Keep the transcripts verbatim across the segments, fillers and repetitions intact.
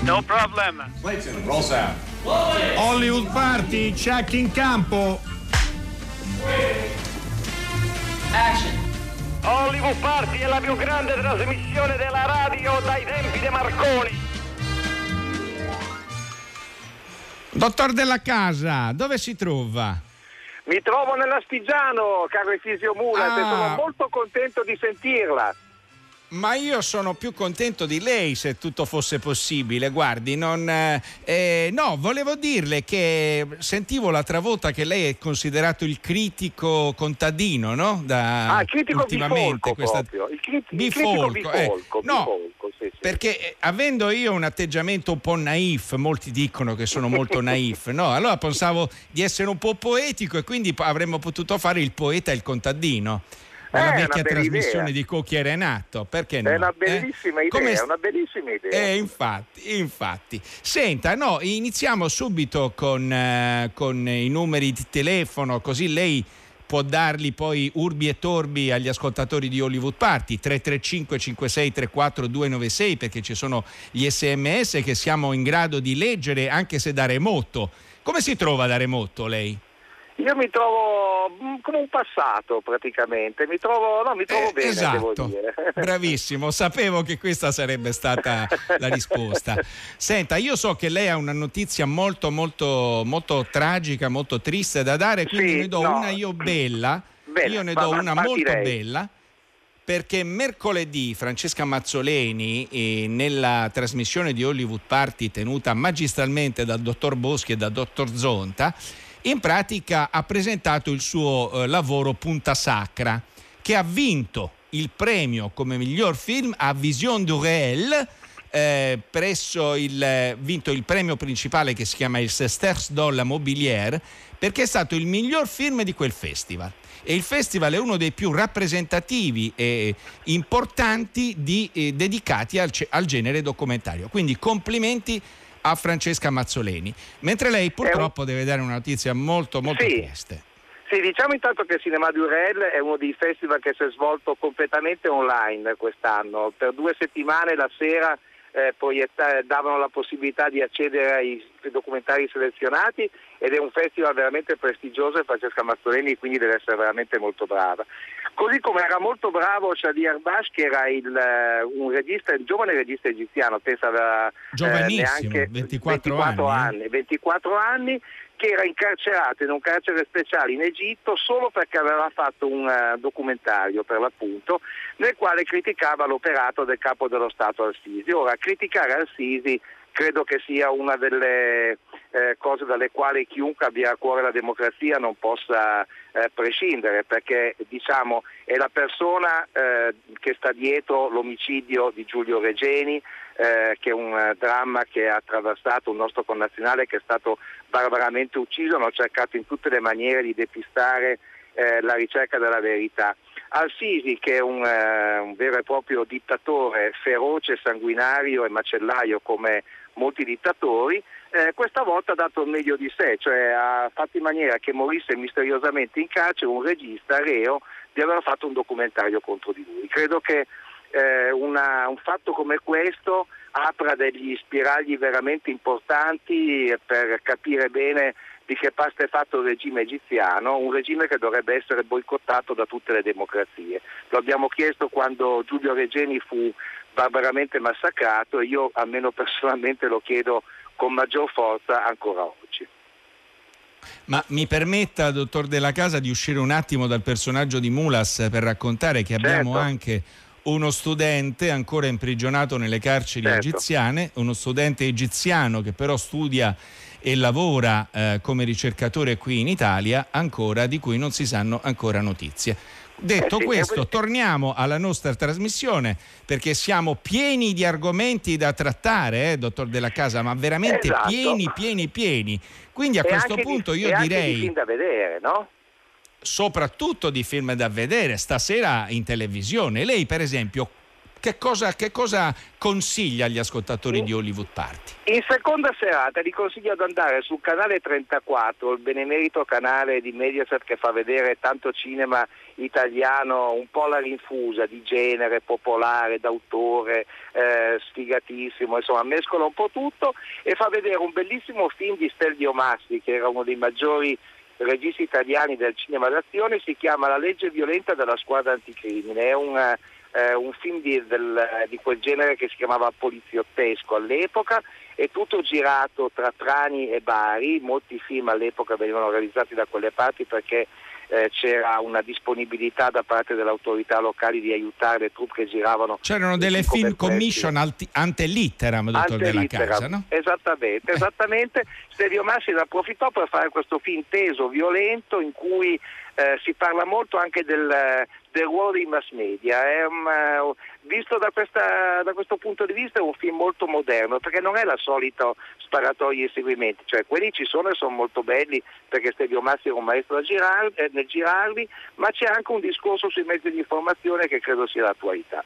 No problem. Clayton, roll sound. Hollywood Party, check in campo. Action. Hollywood Party è la più grande trasmissione della radio dai tempi di Marconi. Dottor Della Casa, dove si trova? Mi trovo nell'Astigiano, caro Efisio Mulas, Ah. e sono molto contento di sentirla. Ma io sono più contento di lei, se tutto fosse possibile. Guardi, non eh, eh, no, volevo dirle che sentivo l'altra volta che lei è considerato il critico contadino, no? Da Ah, il critico ultimamente bifolco proprio. Il, crit- il bifolco, critico eh. bifolco, No, bifolco, sì, sì. perché eh, avendo io un atteggiamento un po' naif, molti dicono che sono molto naif, no? Allora pensavo di essere un po' poetico e quindi p- avremmo potuto fare il poeta e il contadino. Una Eh, vecchia una bella trasmissione idea. di Cocchi e Renato, perché no? È una Eh? bellissima idea, Come è st- una bellissima idea. Eh, infatti, infatti. Senta, no, iniziamo subito con, eh, con i numeri di telefono, così lei può darli poi urbi e torbi agli ascoltatori di Hollywood Party. Tre tre cinque cinque sei tre quattro due nove sei, perché ci sono gli sms che siamo in grado di leggere anche se da remoto. Come si trova da remoto lei? Io mi trovo mm, come un passato praticamente, mi trovo, no, mi trovo Eh, bene, esatto. devo dire. Bravissimo, sapevo che questa sarebbe stata la risposta. Senta, io so che lei ha una notizia molto molto molto tragica, molto triste da dare, quindi Sì, ne do no. una io bella, Bene, io ne ma- do ma- una ma molto direi. bella. Perché mercoledì Francesca Mazzoleni, eh, nella trasmissione di Hollywood Party tenuta magistralmente dal dottor Boschi e dal dottor Zonta, in pratica ha presentato il suo eh, lavoro Punta Sacra, che ha vinto il premio come miglior film a Vision du Réel, eh, presso il eh, vinto il premio principale che si chiama il Sesters d'Or la Mobilière, perché è stato il miglior film di quel festival. E il festival è uno dei più rappresentativi e importanti di, eh, dedicati al, al genere documentario. Quindi complimenti a Francesca Mazzoleni. Mentre lei purtroppo un... deve dare una notizia molto molto Sì. triste. Sì, diciamo intanto che Cinema du Réel è uno dei festival che si è svolto completamente online quest'anno. Per due settimane la sera eh, proietta- davano la possibilità di accedere ai documentari selezionati, ed è un festival veramente prestigioso, e Francesca Mazzoleni quindi deve essere veramente molto brava. Così come era molto bravo Shadi Arbash, che era il, uh, un regista, un giovane regista egiziano, pensa aveva Giovanissimo, eh, neanche ventiquattro ventiquattro anni, anni, ventiquattro anni, che era incarcerato in un carcere speciale in Egitto solo perché aveva fatto un uh, documentario, per l'appunto, nel quale criticava l'operato del capo dello Stato Al-Sisi. Ora, criticare Al-Sisi credo che sia una delle eh, cose dalle quali chiunque abbia a cuore la democrazia non possa eh, prescindere, perché diciamo è la persona eh, che sta dietro l'omicidio di Giulio Regeni, eh, che è un uh, dramma che ha attraversato un nostro connazionale che è stato barbaramente ucciso. Hanno cercato in tutte le maniere di depistare eh, la ricerca della verità. Al-Sisi, che è un, uh, un vero e proprio dittatore, feroce, sanguinario e macellaio come molti dittatori, eh, questa volta ha dato il meglio di sé, cioè ha fatto in maniera che morisse misteriosamente in carcere un regista reo di aver fatto un documentario contro di lui. Credo che eh, una, un fatto come questo apra degli spiragli veramente importanti per capire bene di che pasta è fatto il regime egiziano, un regime che dovrebbe essere boicottato da tutte le democrazie. Lo abbiamo chiesto quando Giulio Regeni fu barbaramente massacrato, e io almeno personalmente lo chiedo con maggior forza ancora oggi. Ma mi permetta, dottor Della Casa, di uscire un attimo dal personaggio di Mulas per raccontare che abbiamo Certo. anche uno studente ancora imprigionato nelle carceri Certo. egiziane, uno studente egiziano che però studia e lavora eh, come ricercatore qui in Italia, ancora di cui non si sanno ancora notizie. Detto Eh sì, questo, eh, torniamo alla nostra trasmissione, perché siamo pieni di argomenti da trattare, eh, dottor Della Casa, ma veramente Esatto. pieni, pieni, pieni. Quindi a E questo anche punto di, io e anche direi di film da vedere, no? soprattutto di film da vedere stasera in televisione. Lei, per esempio, che cosa, che cosa consiglia agli ascoltatori di Hollywood Party? In seconda serata vi consiglio di andare sul canale trentaquattro, il benemerito canale di Mediaset che fa vedere tanto cinema italiano un po' alla rinfusa, di genere, popolare, d'autore, eh, sfigatissimo, insomma mescola un po' tutto e fa vedere un bellissimo film di Stelvio Massi, che era uno dei maggiori registi italiani del cinema d'azione. Si chiama La legge violenta della squadra anticrimine, è un Eh, un film di, del, di quel genere che si chiamava poliziottesco all'epoca, è tutto girato tra Trani e Bari. Molti film all'epoca venivano realizzati da quelle parti perché eh, c'era una disponibilità da parte delle autorità locali di aiutare le troupe che giravano. C'erano delle film commission alti, ante litteram, dottor Della Casa, no? Esattamente, esattamente. Stelvio Massi ne approfittò per fare questo film teso, violento, in cui eh, si parla molto anche del, del ruolo dei mass media. È un, uh, visto da, questa, da questo punto di vista è un film molto moderno, perché non è la solita sparatoria e inseguimenti, cioè quelli ci sono e sono molto belli perché Stelvio Massi era un maestro da girar, eh, nel girarli, ma c'è anche un discorso sui mezzi di informazione che credo sia l'attualità.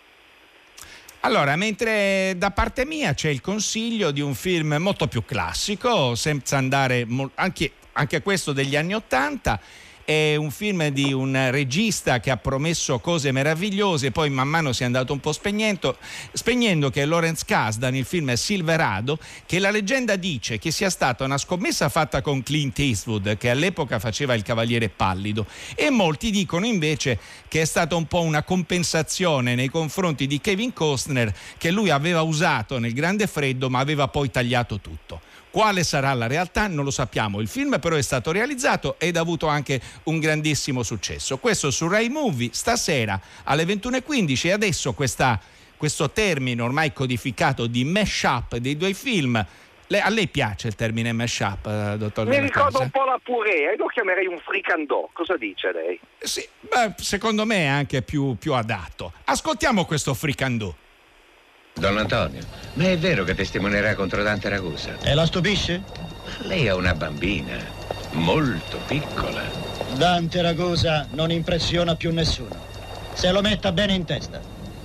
Allora, mentre da parte mia c'è il consiglio di un film molto più classico, senza andare anche, anche questo degli anni Ottanta. È un film di un regista che ha promesso cose meravigliose, poi man mano si è andato un po' spegnendo, spegnendo che è Lawrence Kasdan. Il film è Silverado, che la leggenda dice che sia stata una scommessa fatta con Clint Eastwood, che all'epoca faceva il Cavaliere Pallido, e molti dicono invece che è stata un po' una compensazione nei confronti di Kevin Costner, che lui aveva usato nel Grande Freddo ma aveva poi tagliato tutto. Quale sarà la realtà non lo sappiamo. Il film però è stato realizzato ed ha avuto anche un grandissimo successo. Questo su Rai Movie stasera alle ventuno e quindici. E adesso questa, questo termine ormai codificato di mash-up dei due film. Le, a lei piace il termine mash-up, eh, dottor Della Casa? Mi ricorda un po' la purée, io lo chiamerei un fricandò. Cosa dice lei? Sì, beh, secondo me è anche più, più adatto. Ascoltiamo questo fricandò. Don Antonio, ma è vero che testimonierà contro Dante Ragusa? E la stupisce? Lei è una bambina, molto piccola. Dante Ragusa non impressiona più nessuno. Se lo metta bene in testa.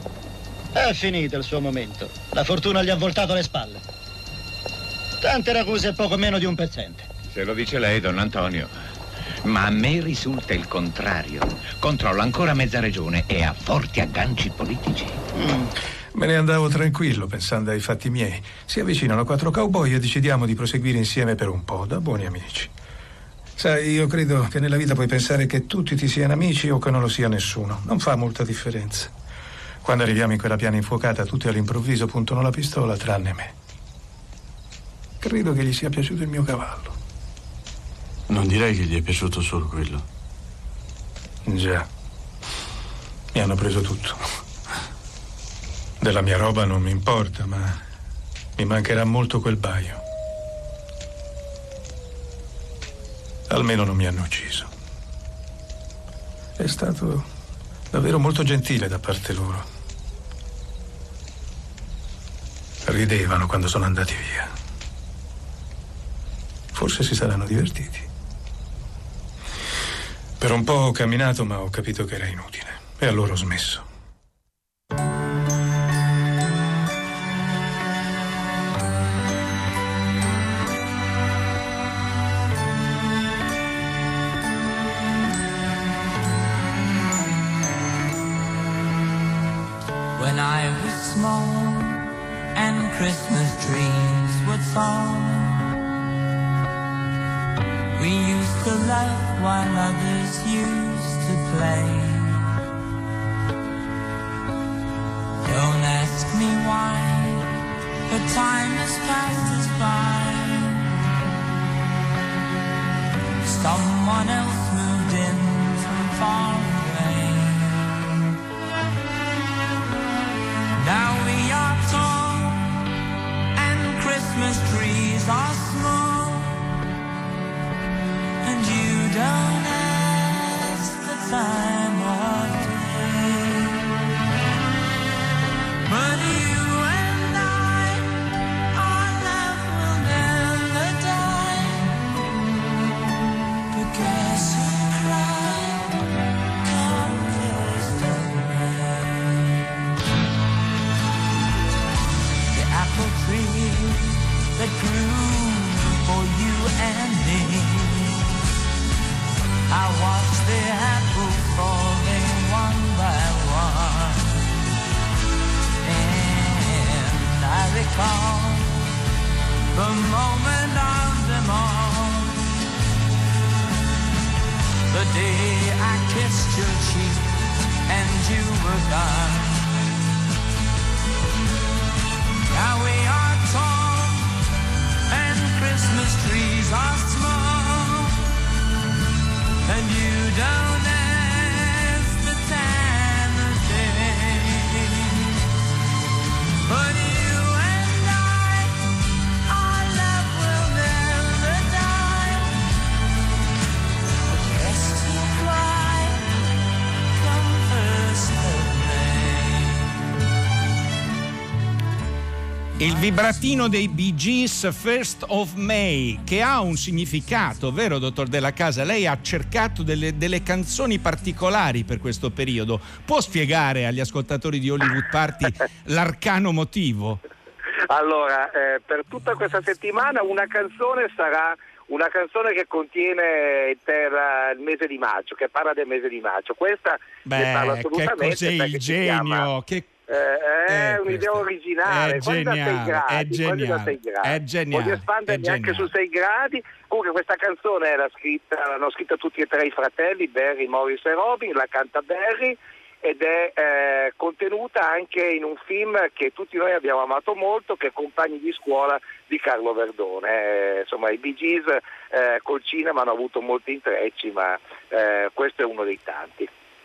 È finito il suo momento. La fortuna gli ha voltato le spalle. Dante Ragusa è poco meno di un pezzente. Se lo dice lei, Don Antonio. Ma a me risulta il contrario. Controlla ancora mezza regione e ha forti agganci politici. Mm. Me ne andavo tranquillo pensando ai fatti miei. Si avvicinano quattro cowboy e decidiamo di proseguire insieme per un po', da buoni amici. Sai, io credo che nella vita puoi pensare che tutti ti siano amici o che non lo sia nessuno. Non fa molta differenza. Quando arriviamo in quella piana infuocata, tutti all'improvviso puntano la pistola, tranne me. Credo che gli sia piaciuto il mio cavallo. Non direi che gli è piaciuto solo quello. Già. Mi hanno preso tutto. Della mia roba non mi importa, ma mi mancherà molto quel baio. Almeno non mi hanno ucciso. È stato davvero molto gentile da parte loro. Ridevano quando sono andati via. Forse si saranno divertiti. Per un po' ho camminato, ma ho capito che era inutile. E allora ho smesso. When I was small and Christmas trees would fall, we used to laugh while others used to play. Don't ask me why, but time has passed us by. Someone else moved in from far away. Now we are tall and Christmas trees are small, and you don't ask the time of day. But you and I, our love will never die, because who cried come first of May. the moment of them all. The day I kissed your cheek and you were gone. Now we are tall and Christmas trees are small, and you don't ask the time of day, but you and I, our love will never die. The best will fly come first of May. Il vibratino dei Bee Gees, First of May, che ha un significato, vero dottor Della Casa? Lei ha cercato delle, delle canzoni particolari per questo periodo. Può spiegare agli ascoltatori di Hollywood Party l'arcano motivo? Allora, eh, per tutta questa settimana una canzone sarà una canzone che contiene per uh, il mese di maggio, che parla del mese di maggio. Questa ne parla Beh, che assolutamente. cos'è il perché si chiama- genio? Che Eh, è Eh, un'idea questo. originale, È quasi da sei geniale, gradi, è quasi da geniale, sei gradi. è geniale, Voglio espandermi è anche geniale. su sei gradi. Comunque questa canzone era scritta, l'hanno scritta tutti e tre i fratelli, Barry, Morris e Robin, la canta Barry ed è eh, contenuta anche in un film che tutti noi abbiamo amato molto, che è Compagni di scuola di Carlo Verdone. Eh, insomma, i Bee Gees eh, col cinema hanno avuto molti intrecci, ma eh, questo è uno dei tanti.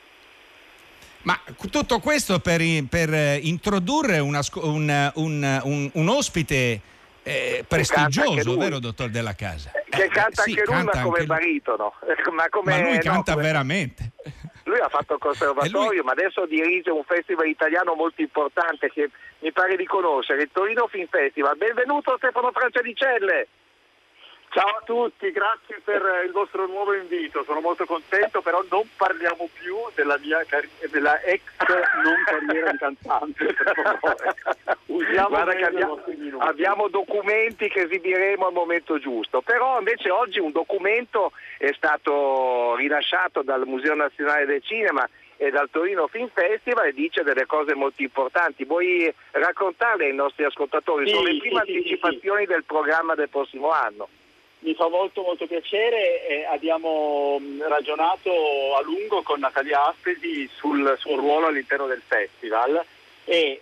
Ma tutto questo per, per introdurre una, un, un, un, un ospite eh, prestigioso, lui. vero dottor Della Casa? Che Eh, canta sì, anche lui, canta ma come anche lui. baritono. Ma, come, Ma lui no, canta come- veramente. Lui ha fatto il conservatorio, E lui- ma adesso dirige un festival italiano molto importante che mi pare di conoscere, il Torino Film Festival. Benvenuto Stefano Francialicelle. Ciao a tutti, grazie per il vostro nuovo invito, sono molto contento, però non parliamo più della mia carri- della ex non carriera di cantante, per favore. Usiamo Guarda che meglio i abbiamo, vostri minuti. abbiamo documenti che esibiremo al momento giusto, però invece oggi un documento è stato rilasciato dal Museo Nazionale del Cinema e dal Torino Film Festival e dice delle cose molto importanti. Vuoi raccontarle ai nostri ascoltatori? Sì, Sono le sì, prime sì, sì, anticipazioni del programma del prossimo anno. Mi fa molto molto piacere, eh, abbiamo mh, ragionato a lungo con Natalia Aspesi sul suo ruolo all'interno del festival e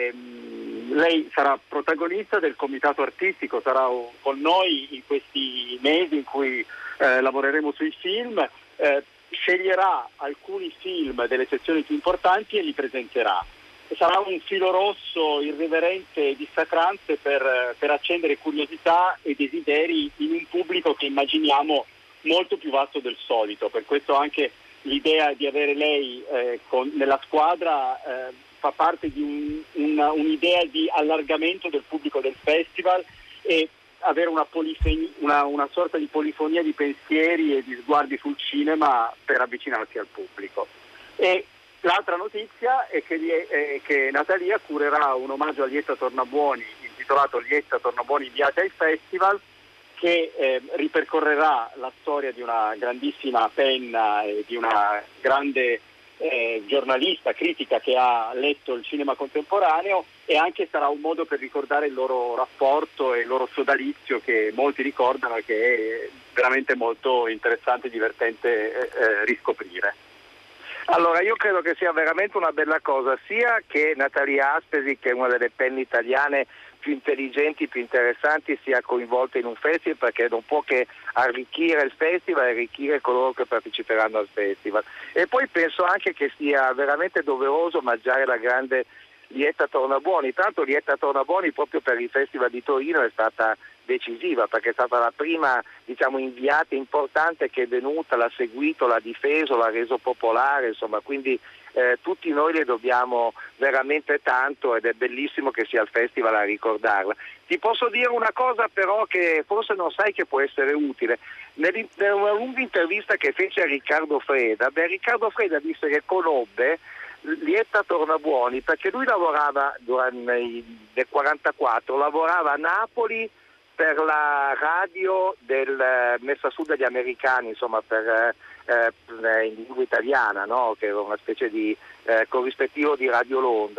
ehm, lei sarà protagonista del comitato artistico, sarà uh, con noi in questi mesi in cui eh, lavoreremo sui film, eh, sceglierà alcuni film delle sezioni più importanti e li presenterà. Sarà un filo rosso irriverente e dissacrante per, per accendere curiosità e desideri in un pubblico che immaginiamo molto più vasto del solito. Per questo anche l'idea di avere lei eh, con, nella squadra eh, fa parte di un, una, un'idea di allargamento del pubblico del festival e avere una, polifoni- una, una sorta di polifonia di pensieri e di sguardi sul cinema per avvicinarsi al pubblico. E l'altra notizia è che, è che Natalia curerà un omaggio a Lietta Tornabuoni intitolato Lietta Tornabuoni inviate al festival, che eh, ripercorrerà la storia di una grandissima penna e di una grande eh, giornalista, critica che ha letto il cinema contemporaneo, e anche sarà un modo per ricordare il loro rapporto e il loro sodalizio che molti ricordano e che è veramente molto interessante e divertente eh, eh, riscoprire. Allora, io credo che sia veramente una bella cosa sia che Natalia Aspesi, che è una delle penne italiane più intelligenti, più interessanti, sia coinvolta in un festival, perché non può che arricchire il festival e arricchire coloro che parteciperanno al festival. E poi penso anche che sia veramente doveroso omaggiare la grande Lietta Tornabuoni. Tanto Lietta Tornabuoni proprio per il Festival di Torino è stata decisiva, perché è stata la prima, diciamo, inviata importante che è venuta, l'ha seguito, l'ha difeso, l'ha reso popolare, insomma, quindi eh, tutti noi le dobbiamo veramente tanto ed è bellissimo che sia al festival a ricordarla. Ti posso dire una cosa però che forse non sai che può essere utile. Nell'in- in una lunga intervista che fece a Riccardo Freda, beh, Riccardo Freda disse che conobbe Lietta Tornabuoni perché lui lavorava durante nel quarantaquattro, lavorava a Napoli per la radio del eh, messa su degli americani, insomma, per eh, in lingua italiana, no? Che era una specie di eh, corrispettivo di Radio Londra,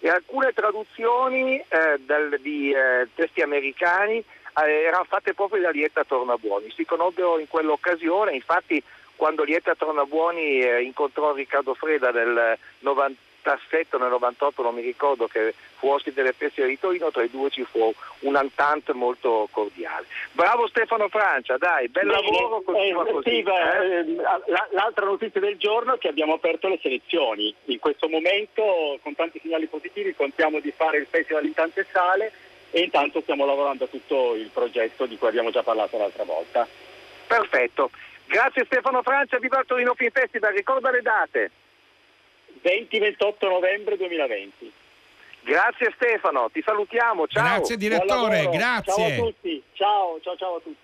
e alcune traduzioni eh, del, di eh, testi americani eh, erano fatte proprio da Lieta Tornabuoni. Si conobbero in quell'occasione, infatti quando Lieta Tornabuoni eh, incontrò Riccardo Freda nel novantasette o nel novantotto, non mi ricordo, che fu ospite del Festival di Torino, tra i due ci fu un entente molto cordiale. Bravo Stefano Francia, dai, bel Bene, lavoro, continua eh, così. Steve, eh? eh, l'altra notizia del giorno è che abbiamo aperto le selezioni. In questo momento, con tanti segnali positivi, contiamo di fare il Festival in tante sale e intanto stiamo lavorando a tutto il progetto di cui abbiamo già parlato l'altra volta. Perfetto. Grazie Stefano Francia, viva il Torino Film Festival, ricorda le date. venti ventotto novembre duemilaventi. Grazie Stefano, ti salutiamo, ciao. Grazie direttore, grazie. Ciao a tutti, ciao, ciao, ciao a tutti.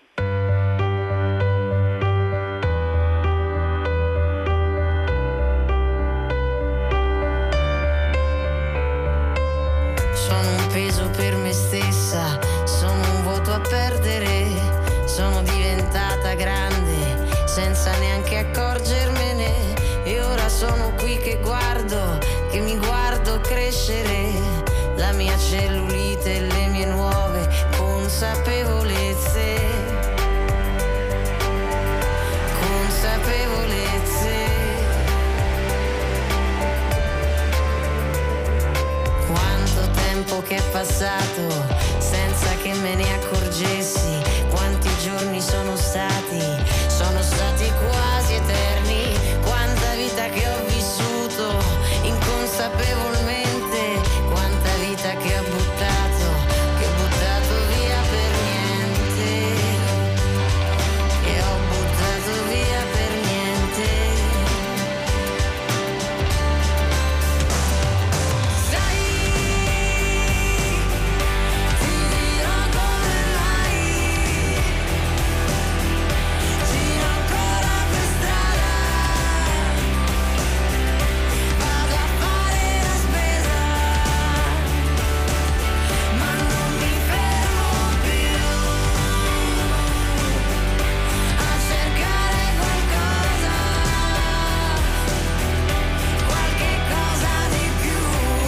Sono un peso per me stessa, sono un vuoto a perdere, sono diventata grande senza neanche accorgermene e ora sono qui che guardo, che mi guardo crescere, la mia cellulite e le mie nuove consapevolezze, consapevolezze. Quanto tempo che è passato senza che me ne accorgessi, quanti giorni sono stati, sono stati quasi eterni, quanta vita che ho vissuto inconsapevolmente, quanta vita che ho buttato, che ho buttato via per niente, che ho buttato via per niente. Sai, ti dirò come mai, giro ancora per strada, vado a fare la spesa, ma non mi fermo più a cercare qualcosa, qualche cosa di più,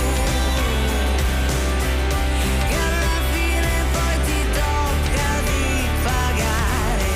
che alla fine poi ti tocca di pagare.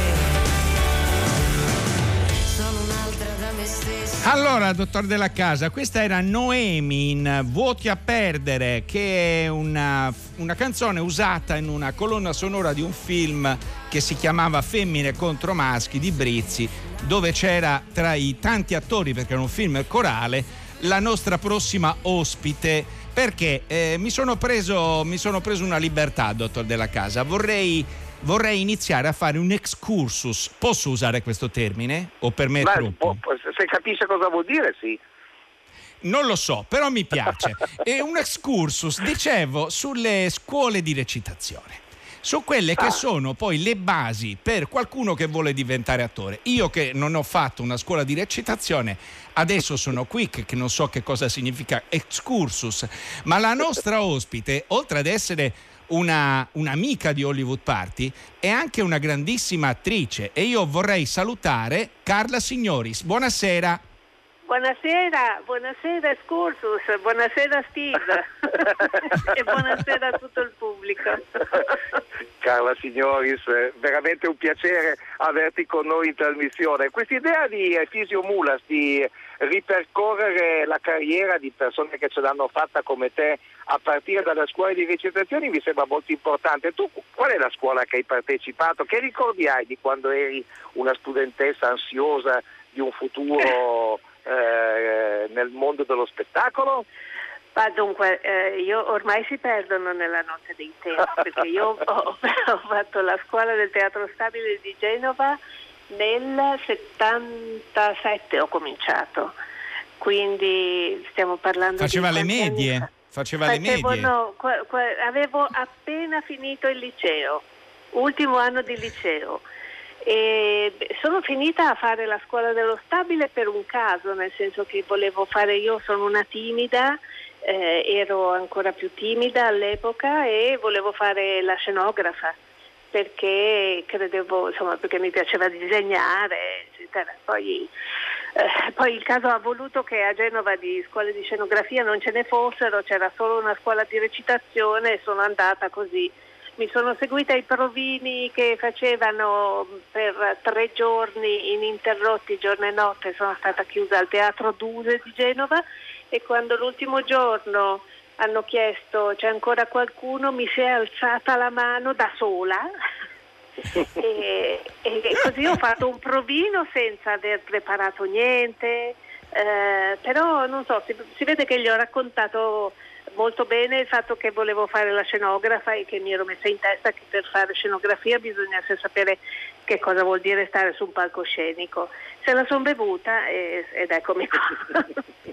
Sono un'altra da me stessa. Allora, dottor Della Casa, questa era Noemi in Vuoti a perdere, che è una, una canzone usata in una colonna sonora di un film che si chiamava Femmine contro maschi di Brizzi, dove c'era tra i tanti attori, perché era un film corale, la nostra prossima ospite. Perché eh, mi sono preso mi sono preso una libertà, dottor Della Casa. Vorrei vorrei iniziare a fare un excursus. Posso usare questo termine? O per me è Ma, troppo? po- se capisce cosa vuol dire, sì. Non lo so, però mi piace. È un excursus, dicevo, sulle scuole di recitazione, su quelle che sono poi le basi per qualcuno che vuole diventare attore. Io che non ho fatto una scuola di recitazione, adesso sono qui che non so che cosa significa excursus, ma la nostra ospite, oltre ad essere una, un'amica di Hollywood Party, è anche una grandissima attrice, e io vorrei salutare Carla Signoris. Buonasera. Buonasera, buonasera Excursus, buonasera Steve e buonasera a tutto il pubblico. Carla Signoris, veramente un piacere averti con noi in trasmissione. Quest'idea di Fisio Mulas di ripercorrere la carriera di persone che ce l'hanno fatta come te a partire dalla scuola di recitazione mi sembra molto importante. Tu qual è la scuola che hai partecipato? Che ricordi hai di quando eri una studentessa ansiosa di un futuro eh, nel mondo dello spettacolo? Ma dunque, eh, io ormai si perdono nella notte dei tempi, perché io ho, ho fatto la scuola del Teatro Stabile di Genova nel settantasette, ho cominciato, quindi stiamo parlando Faceva di le medie? Faceva Facevo, le medie? No, qua, qua, avevo appena finito il liceo, ultimo anno di liceo. E sono finita a fare la scuola dello Stabile per un caso, nel senso che volevo fare, io sono una timida, eh, ero ancora più timida all'epoca e volevo fare la scenografa perché credevo, insomma, perché mi piaceva disegnare, eccetera. Poi Eh, poi il caso ha voluto che a Genova di scuole di scenografia non ce ne fossero, c'era solo una scuola di recitazione e sono andata così. Mi sono seguita i provini che facevano per tre giorni ininterrotti, giorno e notte. Sono stata chiusa al Teatro Duse di Genova e quando l'ultimo giorno hanno chiesto c'è ancora qualcuno, mi si è alzata la mano da sola. e, e così ho fatto un provino senza aver preparato niente, eh, però non so, si, si vede che gli ho raccontato molto bene il fatto che volevo fare la scenografa e che mi ero messa in testa che per fare scenografia bisognasse sapere che cosa vuol dire stare su un palcoscenico. Se la son bevuta e, ed eccomi qua.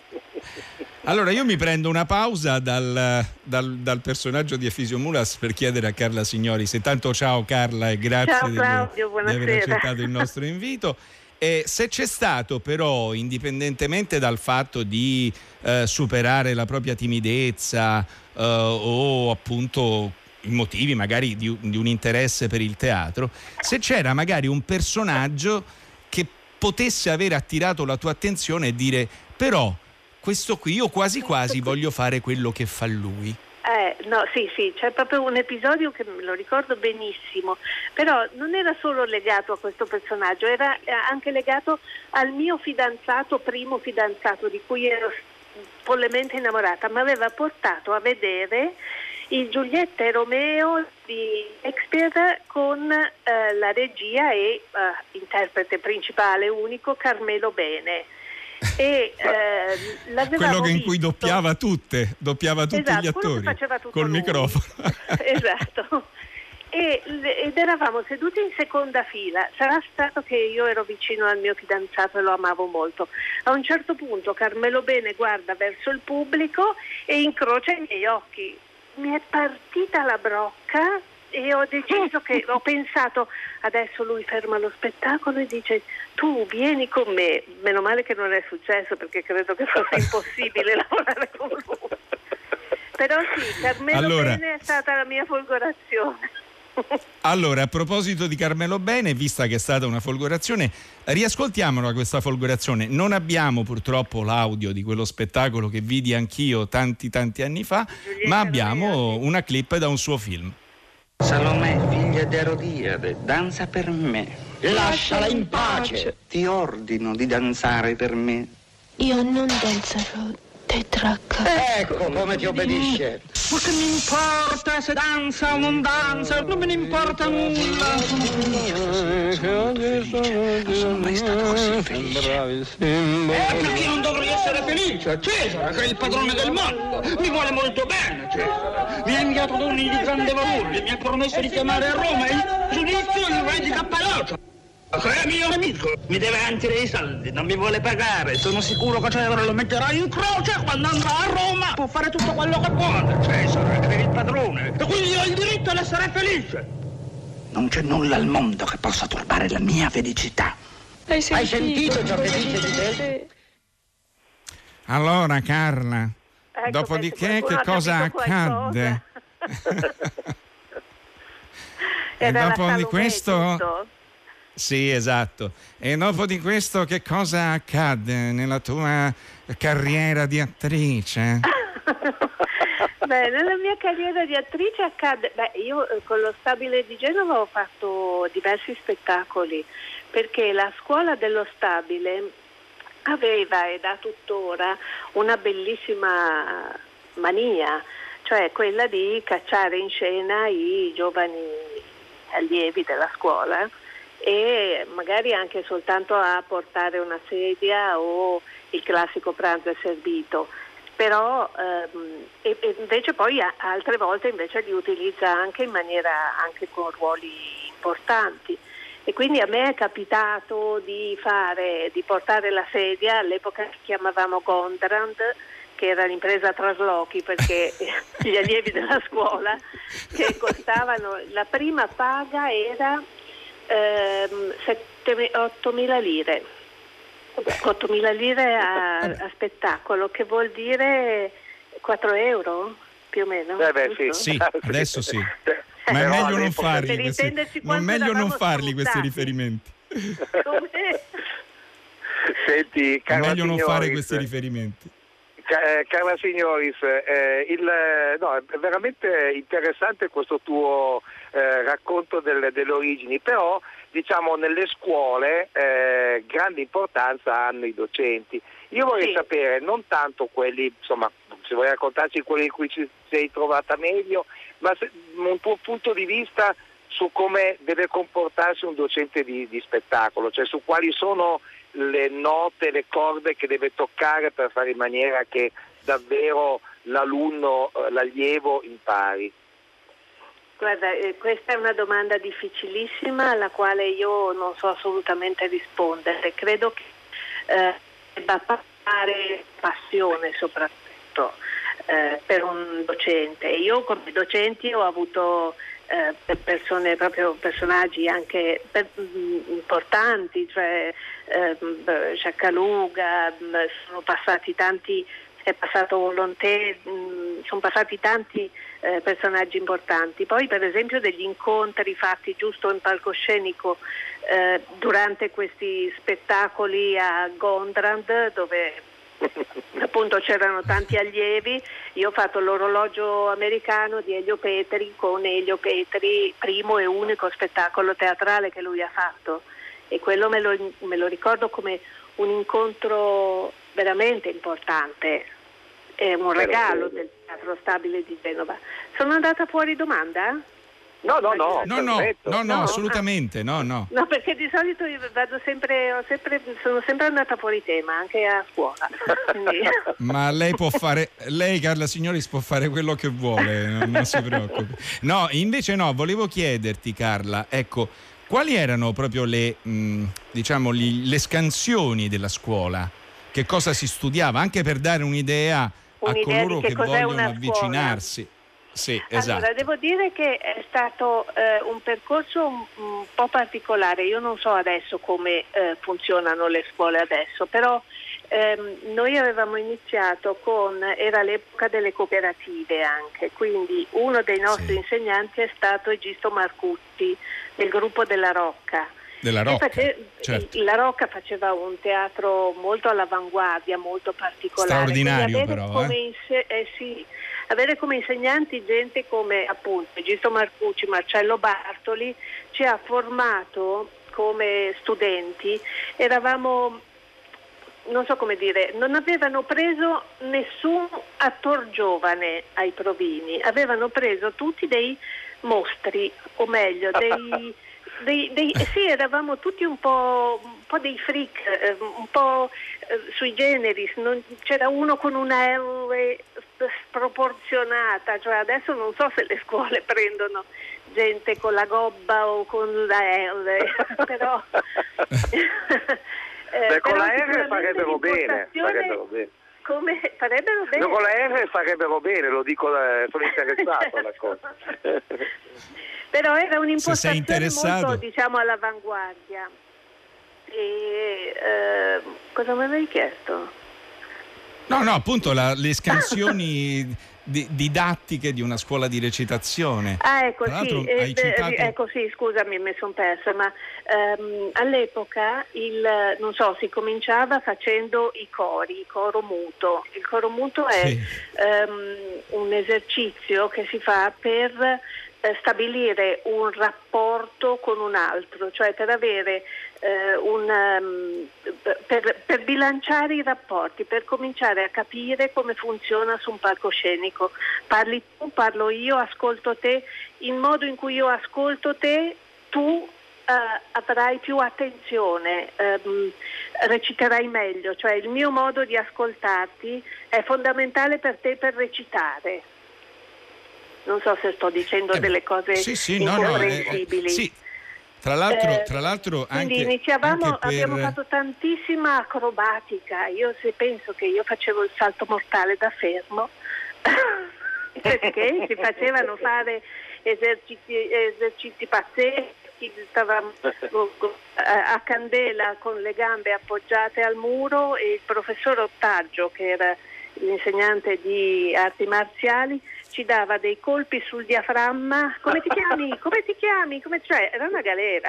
Allora io mi prendo una pausa dal, dal, dal personaggio di Efisio Mulas per chiedere a Carla Signori se tanto ciao Carla e grazie ciao, Claudio, di, di aver accettato il nostro invito. E se c'è stato però, indipendentemente dal fatto di eh, superare la propria timidezza eh, o appunto i motivi magari di, di un interesse per il teatro, se c'era magari un personaggio che potesse aver attirato la tua attenzione e dire però questo qui io quasi quasi voglio fare quello che fa lui. Eh, no, sì, sì, c'è proprio un episodio che me lo ricordo benissimo, però non era solo legato a questo personaggio, era anche legato al mio fidanzato, primo fidanzato, di cui ero follemente innamorata. Mi aveva portato a vedere il Giulietta e Romeo di Shakespeare con eh, la regia e eh, interprete principale unico Carmelo Bene. E eh, quello che in visto. cui doppiava tutte doppiava tutti esatto, gli attori col lui. microfono. Esatto. E, ed eravamo seduti in seconda fila. Sarà stato che io ero vicino al mio fidanzato e lo amavo molto. A un certo punto Carmelo Bene guarda verso il pubblico e incrocia i miei occhi. Mi è partita la brocca e ho deciso che ho pensato adesso lui ferma lo spettacolo e dice tu vieni con me. Meno male che non è successo perché credo che fosse impossibile lavorare con lui, però sì, Carmelo allora, Bene è stata la mia folgorazione. Allora, a proposito di Carmelo Bene, vista che è stata una folgorazione, riascoltiamola questa folgorazione. Non abbiamo purtroppo l'audio di quello spettacolo che vidi anch'io tanti tanti anni fa, Giulietta, ma abbiamo una clip da un suo film. Salomè, figlia di Erodiade, danza per me. Lasciala in pace. Ti ordino di danzare per me. Io non danzerò, tetrarca. Ecco come ti obbedisce. Ma che mi importa se danza o non danza? Non me ne importa nulla. Non sono mai stato così felice. Eh, perché non dovrei essere felice? Cesare, che è il padrone del mondo, mi vuole molto bene, Cesare. Mi ha inviato doni di grande valore, mi ha promesso di chiamare a Roma il giudizio il re di Cappaloccio. È mio amico, mi deve anche dei soldi, non mi vuole pagare, sono sicuro che Cesare lo metterà in croce quando andrà a Roma, può fare tutto quello che vuole, Cesare, che è il padrone, e quindi ho il diritto ad essere felice. Non c'è nulla al mondo che possa turbare la mia felicità. Hai sentito, Hai sentito ciò che dice di te? Allora Carla, Ecco, dopodiché che cosa accadde? E dopo di questo... Sì, esatto. E dopo di questo che cosa accadde nella tua carriera di attrice? Beh, nella mia carriera di attrice accadde... Beh, io con lo Stabile di Genova ho fatto diversi spettacoli, perché la scuola dello Stabile aveva ed ha tuttora una bellissima mania, cioè quella di cacciare in scena i giovani allievi della scuola e magari anche soltanto a portare una sedia o il classico pranzo è servito, però ehm, e, e invece poi a, altre volte invece li utilizza anche in maniera anche con ruoli importanti. E quindi a me è capitato di fare, di portare la sedia, all'epoca che chiamavamo Gondrand, che era l'impresa traslochi, perché gli allievi della scuola che costavano, la prima paga era ehm, ottomila lire, ottomila lire a, a spettacolo, che vuol dire quattro euro più o meno. Eh beh, sì. Sì, adesso sì. Ma è meglio non farli, questi, non meglio non farli questi riferimenti. Senti, è meglio non fare signoris, questi riferimenti. Ca- Cara signoris, eh, il, no, è veramente interessante questo tuo eh, racconto delle, delle origini, però diciamo nelle scuole eh, grande importanza hanno i docenti. Io vorrei sì. sapere non tanto quelli, insomma, se vuoi raccontarci quelli in cui ci sei trovata meglio, ma se, un tuo punto di vista su come deve comportarsi un docente di, di spettacolo, cioè su quali sono le note, le corde che deve toccare per fare in maniera che davvero l'alunno, l'allievo impari. Guarda, eh, questa è una domanda difficilissima alla quale io non so assolutamente rispondere. Credo che eh, debba passare passione soprattutto eh, per un docente. Io come docenti ho avuto eh, persone, proprio personaggi anche per, mh, importanti, cioè eh, Sciaccaluga, sono passati tanti, è passato Volontè, mh, sono passati tanti eh, personaggi importanti. Poi per esempio degli incontri fatti giusto in palcoscenico eh, durante questi spettacoli a Gondrand, dove appunto c'erano tanti allievi. Io ho fatto l'orologio americano di Elio Petri con Elio Petri, primo e unico spettacolo teatrale che lui ha fatto, e quello me lo, me lo ricordo come un incontro veramente importante, è un regalo del Teatro Stabile di Genova. Sono andata fuori domanda? No, no, no, no, no, no, no, assolutamente, no, no. No, perché di solito io vado sempre, ho sempre, sono sempre andata fuori tema, anche a scuola. Quindi... Ma lei può fare, lei Carla Signoris può fare quello che vuole, non, non si preoccupi. No, invece no, volevo chiederti Carla, ecco, quali erano proprio le, mh, diciamo, gli, le scansioni della scuola? Che cosa si studiava? Anche per dare un'idea, un'idea a coloro che, che vogliono avvicinarsi. Sì, esatto. Allora, devo dire che è stato eh, un percorso un, un po' particolare. Io non so adesso come eh, funzionano le scuole adesso, però ehm, noi avevamo iniziato con, era l'epoca delle cooperative anche, quindi uno dei nostri sì. insegnanti è stato Egisto Marcucci, del gruppo della Rocca. Della Rocca, face- certo. La Rocca faceva un teatro molto all'avanguardia, molto particolare. Straordinario però. Come eh? inse- eh, sì, avere come insegnanti gente come appunto Egisto Marcucci, Marcello Bartoli, ci ha formato come studenti. Eravamo, non so come dire, non avevano preso nessun attor giovane ai provini, avevano preso tutti dei mostri, o meglio, dei... Dei, dei, sì, eravamo tutti un po', un po' dei freak, eh, un po' eh, sui generis, non, c'era uno con una R sproporzionata, cioè adesso non so se le scuole prendono gente con la gobba o con la R, però... eh, Beh, con però la R farebbero bene, farebbero bene. Come farebbero bene? No, con la R farebbero bene, lo dico, eh, sono interessato alla cosa. Però era un'impostazione molto, diciamo, all'avanguardia. E eh, cosa mi avevi chiesto? No, no, appunto la, le scansioni di, didattiche di una scuola di recitazione. Ah, ecco, sì, eh, citato... ecco sì, scusami, mi sono persa, ma ehm, all'epoca il, non so, si cominciava facendo i cori, il coro muto. Il coro muto è sì. ehm, un esercizio che si fa per stabilire un rapporto con un altro, cioè per avere eh, un um, per, per bilanciare i rapporti, per cominciare a capire come funziona su un palcoscenico. Parli tu, parlo io, ascolto te, il modo in cui io ascolto te, tu uh, avrai più attenzione, um, reciterai meglio, cioè il mio modo di ascoltarti è fondamentale per te per recitare. Non so se sto dicendo eh, delle cose sì, sì, incomprensibili. No, no, eh, sì. Tra l'altro, eh, tra l'altro anche, quindi iniziavamo, anche per... abbiamo fatto tantissima acrobatica. Io se penso che io facevo il salto mortale da fermo, perché ci facevano fare esercizi, esercizi pazzeschi, stavamo a candela con le gambe appoggiate al muro e il professor Ottaggio, che era l'insegnante di arti marziali, ci dava dei colpi sul diaframma. Come ti chiami? Come ti chiami? Come... Cioè, era una galera.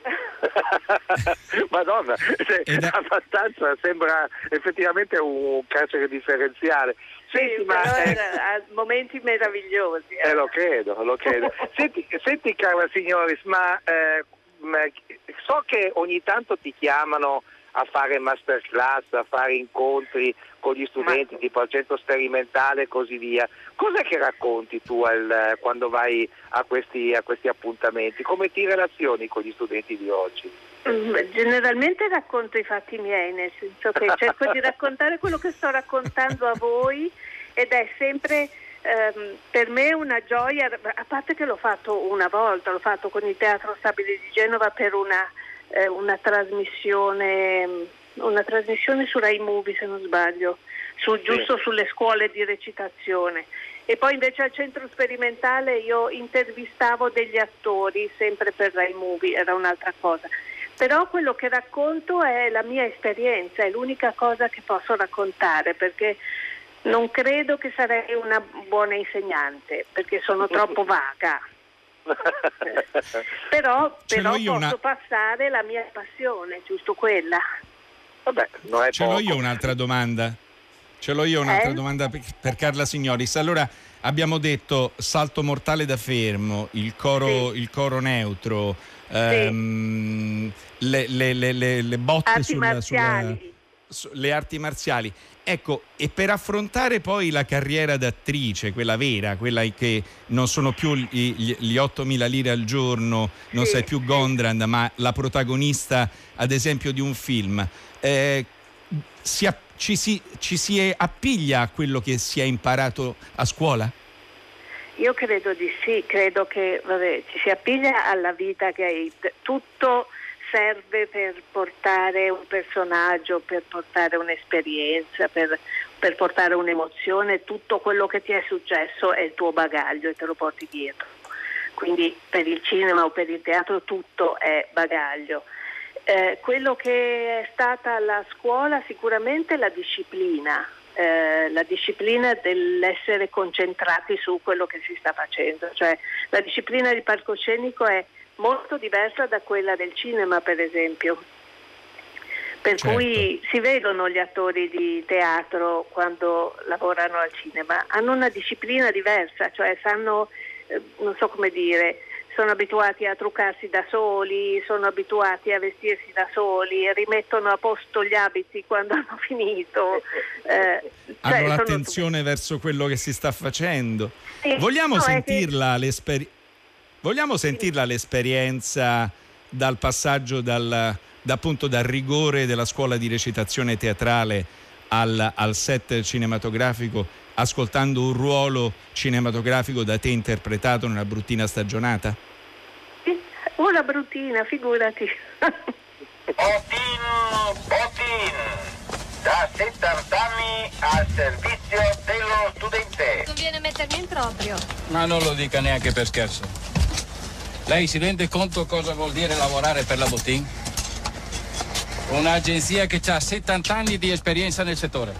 Madonna, è abbastanza, sembra effettivamente un carcere differenziale. Senti, sì, ma eh, ha momenti meravigliosi. Eh, lo credo, lo credo. Senti, senti Carla Signoris, ma, eh, ma so che ogni tanto ti chiamano a fare masterclass, a fare incontri con gli studenti, ma... tipo al centro sperimentale e così via. Cos'è che racconti tu al, quando vai a questi, a questi appuntamenti? Come ti relazioni con gli studenti di oggi? Generalmente racconto i fatti miei, nel senso che cerco di raccontare quello che sto raccontando a voi, ed è sempre ehm, per me una gioia, a parte che l'ho fatto una volta, l'ho fatto con il Teatro Stabile di Genova per una, eh, una trasmissione una trasmissione su Rai Movie, se non sbaglio, su, giusto sì. sulle scuole di recitazione. E poi invece al centro sperimentale io intervistavo degli attori, sempre per Rai Movie, era un'altra cosa. Però quello che racconto è la mia esperienza, è l'unica cosa che posso raccontare, perché non credo che sarei una buona insegnante, perché sono troppo vaga. però però posso una... passare la mia passione, giusto quella. Vabbè, non è Ce poco. l'ho io un'altra domanda. Ce l'ho io un'altra eh? domanda per Carla Signoris. Allora, abbiamo detto salto mortale da fermo, il coro, sì. il coro neutro, sì. ehm, le, le, le, le, le botte arti sulla, marziali. sulla, le arti marziali. Ecco, e per affrontare poi la carriera d'attrice, quella vera, quella che non sono più gli, gli ottomila lire al giorno, non sì, sei più Gondrand, ma la protagonista, ad esempio, di un film, eh, si, ci, si, ci si appiglia a quello che si è imparato a scuola? Io credo di sì, credo che vabbè, ci si appiglia alla vita che hai, tutto serve per portare un personaggio, per portare un'esperienza, per, per portare un'emozione. Tutto quello che ti è successo è il tuo bagaglio e te lo porti dietro. Quindi per il cinema o per il teatro tutto è bagaglio. Eh, quello che è stata la scuola sicuramente è la disciplina, eh, la disciplina dell'essere concentrati su quello che si sta facendo. Cioè la disciplina del palcoscenico è molto diversa da quella del cinema, per esempio, per certo. cui si vedono gli attori di teatro quando lavorano al cinema, hanno una disciplina diversa, cioè sanno, eh, non so come dire, sono abituati a truccarsi da soli, sono abituati a vestirsi da soli, rimettono a posto gli abiti quando hanno finito. Eh, hanno cioè, l'attenzione sono... verso quello che si sta facendo. Sì, Vogliamo no, sentirla che... l'esperienza? Vogliamo sentirla l'esperienza dal passaggio dal, da, appunto, dal rigore della scuola di recitazione teatrale al, al set cinematografico, ascoltando un ruolo cinematografico da te interpretato nella Bruttina stagionata? Una bruttina, figurati. Botin, Botin, da settanta anni al servizio dello studente. Conviene mettermi in proprio. Ma non lo dica neanche per scherzo. Lei si rende conto cosa vuol dire lavorare per la Botin? Un'agenzia che ha settanta anni di esperienza nel settore.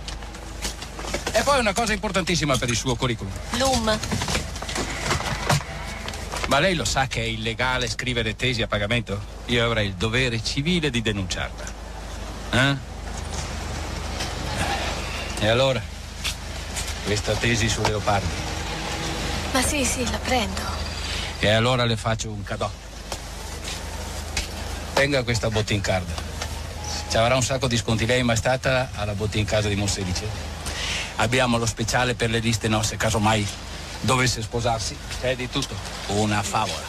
E poi una cosa importantissima per il suo curriculum. L'U M. Ma lei lo sa che è illegale scrivere tesi a pagamento? Io avrei il dovere civile di denunciarla. Eh? E allora? Questa tesi su Leopardi. Ma sì, sì, la prendo. E allora le faccio un cadeau. Tenga questa Botin card. Ci avrà un sacco di sconti. Lei è mai stata alla Botin casa di Monselice? Abbiamo lo speciale per le liste nostre, caso mai dovesse sposarsi. C'è di tutto. Una favola.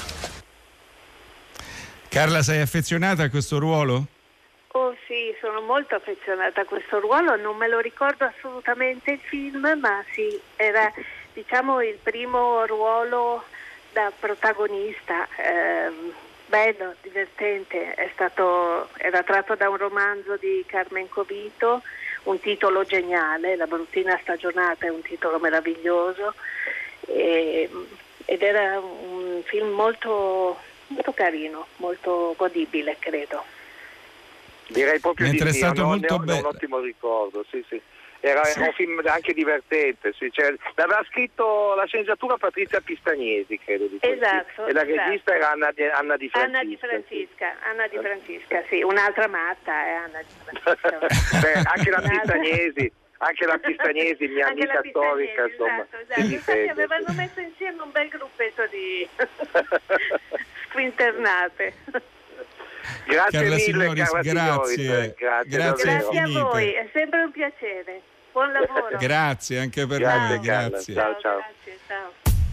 Carla, sei affezionata a questo ruolo? Oh sì, sono molto affezionata a questo ruolo. Non me lo ricordo assolutamente il film, ma sì, era diciamo il primo ruolo da protagonista, eh, bello, divertente, è stato, era tratto da un romanzo di Carmen Covito, un titolo geniale, La Bruttina stagionata è un titolo meraviglioso, e, ed era un film molto, molto carino, molto godibile, credo. Direi proprio Mentre di sì, è stato no, molto ne ho, ne ho bello. un ottimo ricordo, sì sì. Era sì. un film anche divertente, sì. Cioè, l'aveva scritto la sceneggiatura Patrizia Pistagnesi, credo di esatto, e la regista esatto. era Anna di, Anna di Francisca. Anna di Francisca, Anna di Francisca, sì, un'altra matta è Anna di Francisca. Beh, anche la Pistagnesi, anche la Pistagnesi, mia anche amica storica, insomma. Esatto, esatto. Infatti avevano messo insieme un bel gruppetto di squinternate. Grazie Carla mille, Signoris, Carla grazie. Signoris, grazie, grazie, grazie a voi, è sempre un piacere. Buon lavoro. Grazie anche per grazie, noi, Carla. grazie. Ciao, ciao. Grazie, ciao.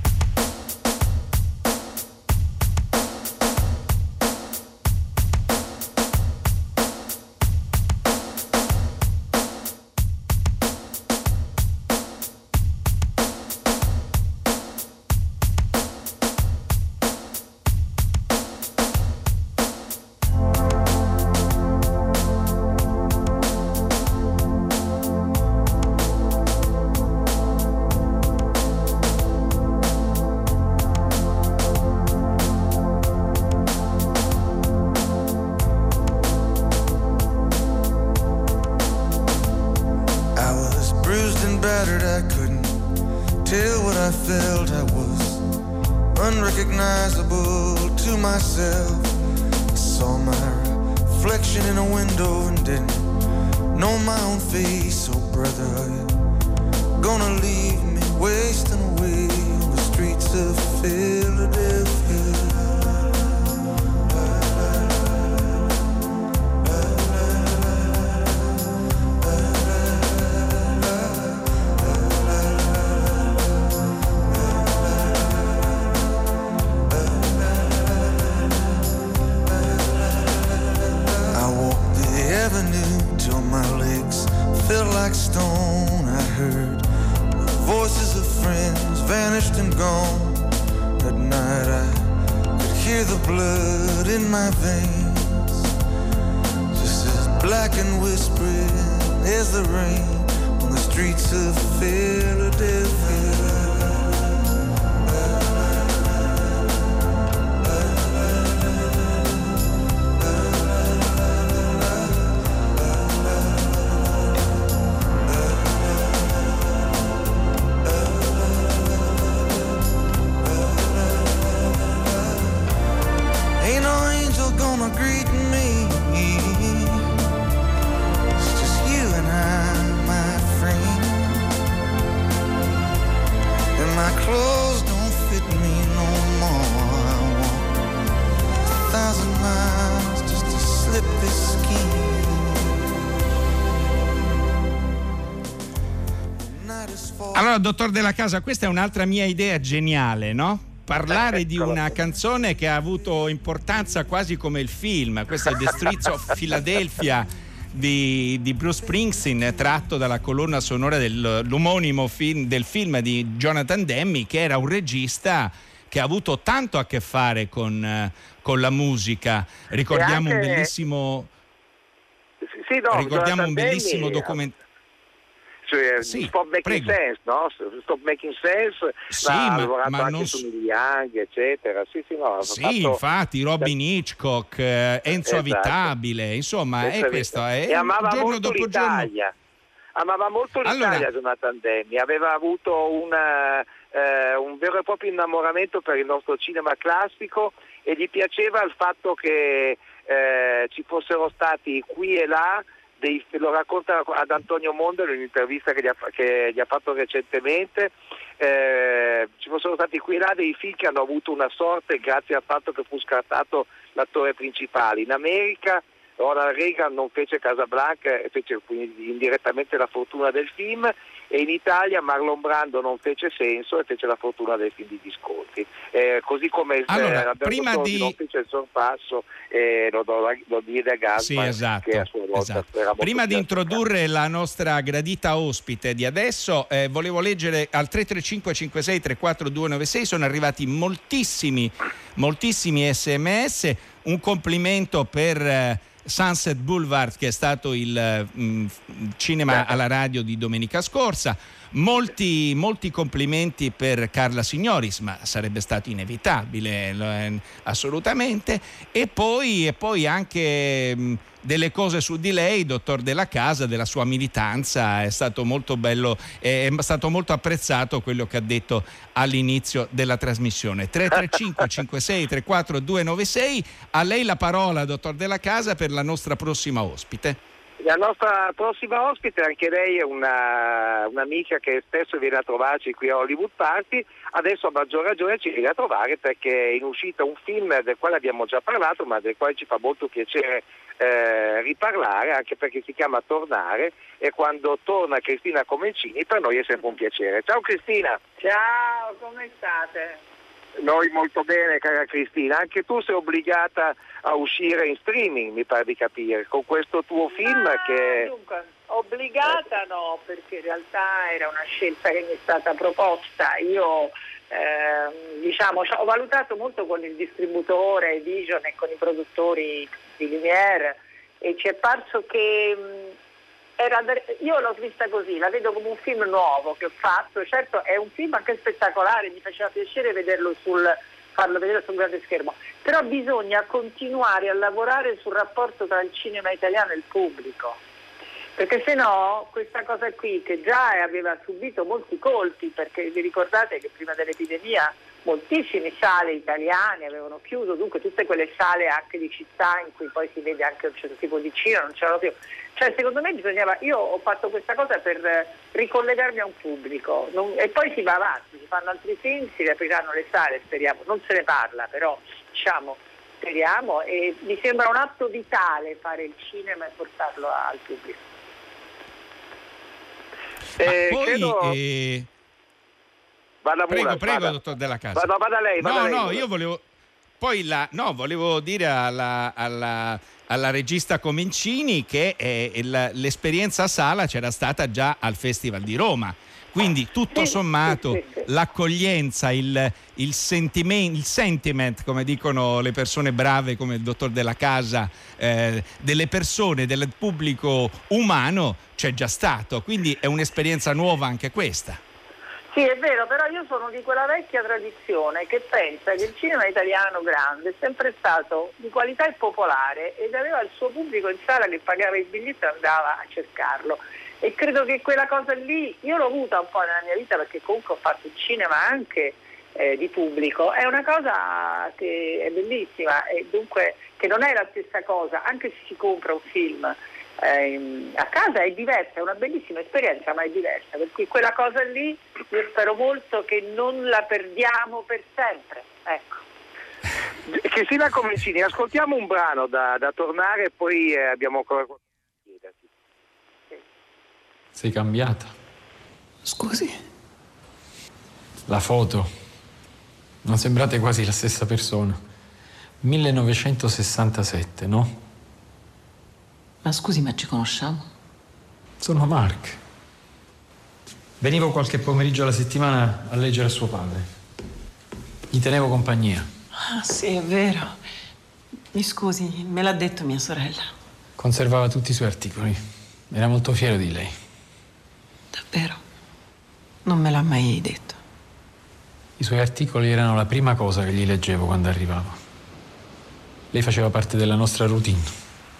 Allora, dottor Della Casa, questa è un'altra mia idea geniale, no? Parlare di una canzone che ha avuto importanza quasi come il film. Questo è The Streets of Philadelphia di, di Bruce Springsteen, tratto dalla colonna sonora dell'omonimo film, del film di Jonathan Demme, che era un regista che ha avuto tanto a che fare con, con la musica. Ricordiamo anche... un bellissimo sì, no, ricordiamo un bellissimo documentario. Cioè, sì, Stop Making prego. Sense, no? Stop Making Sense, sì, ha ma, lavorato ma anche non... su Neil Young, eccetera. Sì, sì, no, sì fatto... infatti, Robin Hitchcock, eh, Enzo esatto. Abitabile, insomma, è questo. È e amava giorno molto dopo l'Italia. giorno. Amava molto l'Italia, allora... Jonathan Demme. Aveva avuto una, eh, un vero e proprio innamoramento per il nostro cinema classico e gli piaceva il fatto che eh, ci fossero stati qui e là. Dei, lo racconta ad Antonio Mondo in un'intervista che gli ha, che gli ha fatto recentemente, eh, ci fossero stati qui e là dei film che hanno avuto una sorte grazie al fatto che fu scartato l'attore principale. In America Ronald Reagan non fece Casablanca e fece quindi indirettamente la fortuna del film, e in Italia Marlon Brando non fece Senso e fece la fortuna del film di Visconti, eh, così come allora, eh, prima Sordi di... non fece Il Sorpasso e lo, lo, lo diede a Gassman, sì, esatto, che a sua volta esatto. era molto prima di introdurre attaccante. la nostra gradita ospite di adesso, eh, volevo leggere al tre tre cinque cinque sei tre quattro due nove sei sono arrivati moltissimi moltissimi sms. Un complimento per eh, Sunset Boulevard, che è stato il mh, cinema alla radio di domenica scorsa. molti, molti complimenti per Carla Signoris, ma sarebbe stato inevitabile, eh, assolutamente. E poi, e poi anche mh, delle cose su di lei, dottor Della Casa, della sua militanza. È stato molto bello, è stato molto apprezzato quello che ha detto all'inizio della trasmissione. Tre tre cinque cinque sei tre quattro due nove sei. A lei la parola, dottor Della Casa, per la nostra prossima ospite. La nostra prossima ospite, anche lei è una, un'amica che spesso viene a trovarci qui a Hollywood Party, adesso a maggior ragione ci viene a trovare perché è in uscita un film del quale abbiamo già parlato, ma del quale ci fa molto piacere eh, riparlare, anche perché si chiama Tornare, e quando torna Cristina Comencini per noi è sempre un piacere. Ciao Cristina! Ciao, come state? Noi molto bene, cara Cristina. Anche tu sei obbligata a uscire in streaming, mi pare di capire, con questo tuo film Ma, che... Dunque, obbligata no, perché in realtà era una scelta che mi è stata proposta. Io eh, diciamo ho valutato molto con il distributore Vision e con i produttori di Lumière e ci è parso che mh, era, io l'ho vista così, la vedo come un film nuovo che ho fatto. Certo è un film anche spettacolare, mi faceva piacere vederlo sul, farlo vedere sul grande schermo, però bisogna continuare a lavorare sul rapporto tra il cinema italiano e il pubblico, perché se no questa cosa qui, che già aveva subito molti colpi, perché vi ricordate che prima dell'epidemia moltissime sale italiane avevano chiuso, dunque tutte quelle sale anche di città in cui poi si vede anche un certo tipo di cinema non c'erano più. Cioè secondo me bisognava, io ho fatto questa cosa per ricollegarmi a un pubblico, non, e poi si va avanti, si fanno altri film, si riapriranno le sale, speriamo, non se ne parla però diciamo speriamo, e mi sembra un atto vitale fare il cinema e portarlo al pubblico. Eh, poi, credo... eh... Vada prego, Mulas, prego, vada. dottor Della Casa. Vada, vada lei, vada no, lei. no, io volevo poi la, no, volevo dire alla, alla, alla regista Comencini che eh, il, l'esperienza a sala c'era stata già al Festival di Roma. Quindi tutto sommato l'accoglienza, il, il, sentiment, il sentiment, come dicono le persone brave come il dottor Della Casa, eh, delle persone, del pubblico umano c'è già stato. Quindi è un'esperienza nuova anche questa. Sì, è vero, però io sono di quella vecchia tradizione che pensa che il cinema italiano grande è sempre stato di qualità e popolare ed aveva il suo pubblico in sala che pagava il biglietto e andava a cercarlo. E credo che quella cosa lì, io l'ho avuta un po' nella mia vita perché comunque ho fatto il cinema anche eh, di pubblico, è una cosa che è bellissima e dunque che non è la stessa cosa, anche se si compra un film eh, a casa è diversa, è una bellissima esperienza ma è diversa, per cui quella cosa lì io spero molto che non la perdiamo per sempre, ecco. Cristina Comencini, ascoltiamo un brano da, da Tornare e poi eh, abbiamo ancora qualcosa da chiederti. Sei cambiata. Scusi? La foto. Non sembrate quasi la stessa persona. millenovecentosessantasette, no? Ma scusi, ma ci conosciamo? Sono Mark. Venivo qualche pomeriggio alla settimana a leggere a suo padre. Gli tenevo compagnia. Ah, sì, è vero. Mi scusi, me l'ha detto mia sorella. Conservava tutti i suoi articoli. Era molto fiero di lei. Davvero? Non me l'ha mai detto. I suoi articoli erano la prima cosa che gli leggevo quando arrivavo. Lei faceva parte della nostra routine.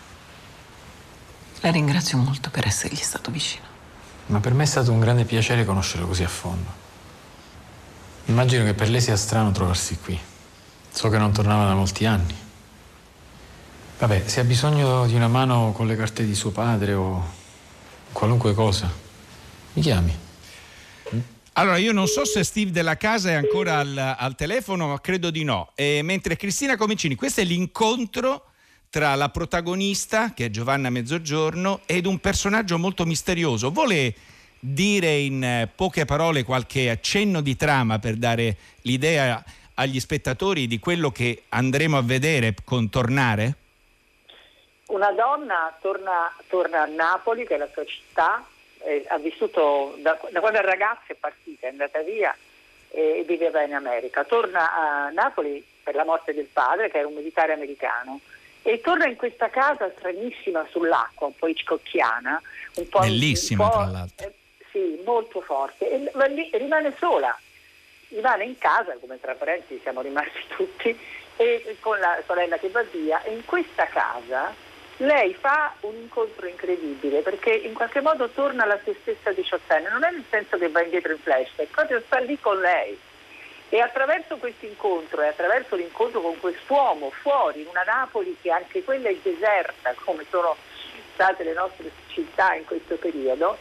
La ringrazio molto per essergli stato vicino. Ma per me è stato un grande piacere conoscerlo così a fondo. Immagino che per lei sia strano trovarsi qui. So che non tornava da molti anni. Vabbè, se ha bisogno di una mano con le carte di suo padre o qualunque cosa, mi chiami. Allora, io non so se Steve Della Casa è ancora al, al telefono, ma credo di no. E mentre Cristina Comencini, questo è l'incontro tra la protagonista, che è Giovanna Mezzogiorno, ed un personaggio molto misterioso. Vuole dire in poche parole qualche accenno di trama per dare l'idea agli spettatori di quello che andremo a vedere con Tornare? Una donna torna, torna a Napoli, che è la sua città, eh, ha vissuto da, da quando è ragazza, è partita, è andata via e viveva in America. Torna a Napoli per la morte del padre, che era un militare americano, e torna in questa casa stranissima sull'acqua, un po' hitchcockiana, un po' bellissima un po', tra l'altro. Eh, sì, molto forte, e va lì, rimane sola, rimane in casa, come tra parentesi siamo rimasti tutti, e con la sorella che va via, e in questa casa lei fa un incontro incredibile, perché in qualche modo torna alla se stessa diciottenne, non è nel senso che va indietro in flashback, proprio sta lì con lei. E attraverso questo incontro e attraverso l'incontro con quest'uomo fuori in una Napoli che anche quella è deserta, come sono state le nostre città in questo periodo,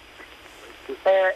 eh,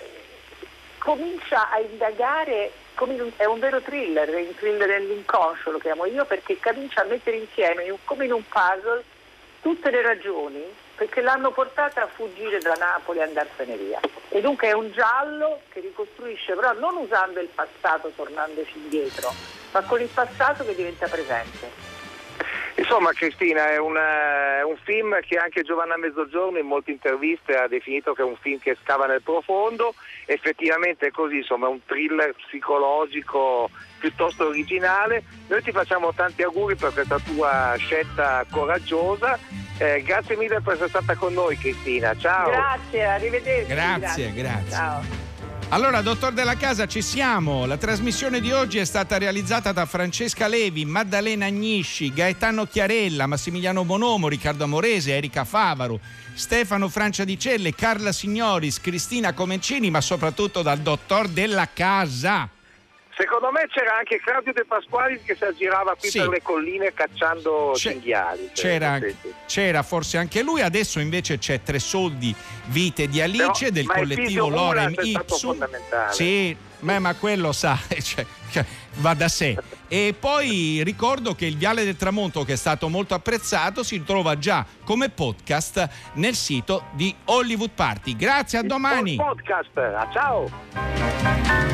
comincia a indagare, come un, è un vero thriller, è un thriller dell'inconscio lo chiamo io, perché comincia a mettere insieme come in un puzzle tutte le ragioni perché l'hanno portata a fuggire da Napoli e andarsene via. E dunque è un giallo che ricostruisce, però non usando il passato tornandoci indietro, ma con il passato che diventa presente. Insomma, Cristina, è, una, è un film che anche Giovanna Mezzogiorno in molte interviste ha definito che è un film che scava nel profondo. Effettivamente è così, insomma, è un thriller psicologico piuttosto originale. Noi ti facciamo tanti auguri per questa tua scelta coraggiosa. Eh, grazie mille per essere stata con noi, Cristina. Ciao. Grazie, arrivederci. Grazie, grazie. grazie. Ciao. Allora, dottor Della Casa, ci siamo. La trasmissione di oggi è stata realizzata da Francesca Levi, Maddalena Agnisci, Gaetano Chiarella, Massimiliano Bonomo, Riccardo Amorese, Erika Favaro, Stefano Franciadicelle, Carla Signoris, Cristina Comencini, ma soprattutto dal dottor Della Casa. Secondo me c'era anche Claudio De Pasquali che si aggirava qui sì. per le colline cacciando C'è, cinghiali. C'era, sì, sì. c'era forse anche lui, adesso invece c'è Tre Soldi, Vite di Alice, Però, del collettivo Lorem Ipsum. Sì, beh, ma quello sa, cioè, va da sé. E poi ricordo che il Viale del Tramonto, che è stato molto apprezzato, si trova già come podcast nel sito di Hollywood Party. Grazie, a domani. Podcast, ciao.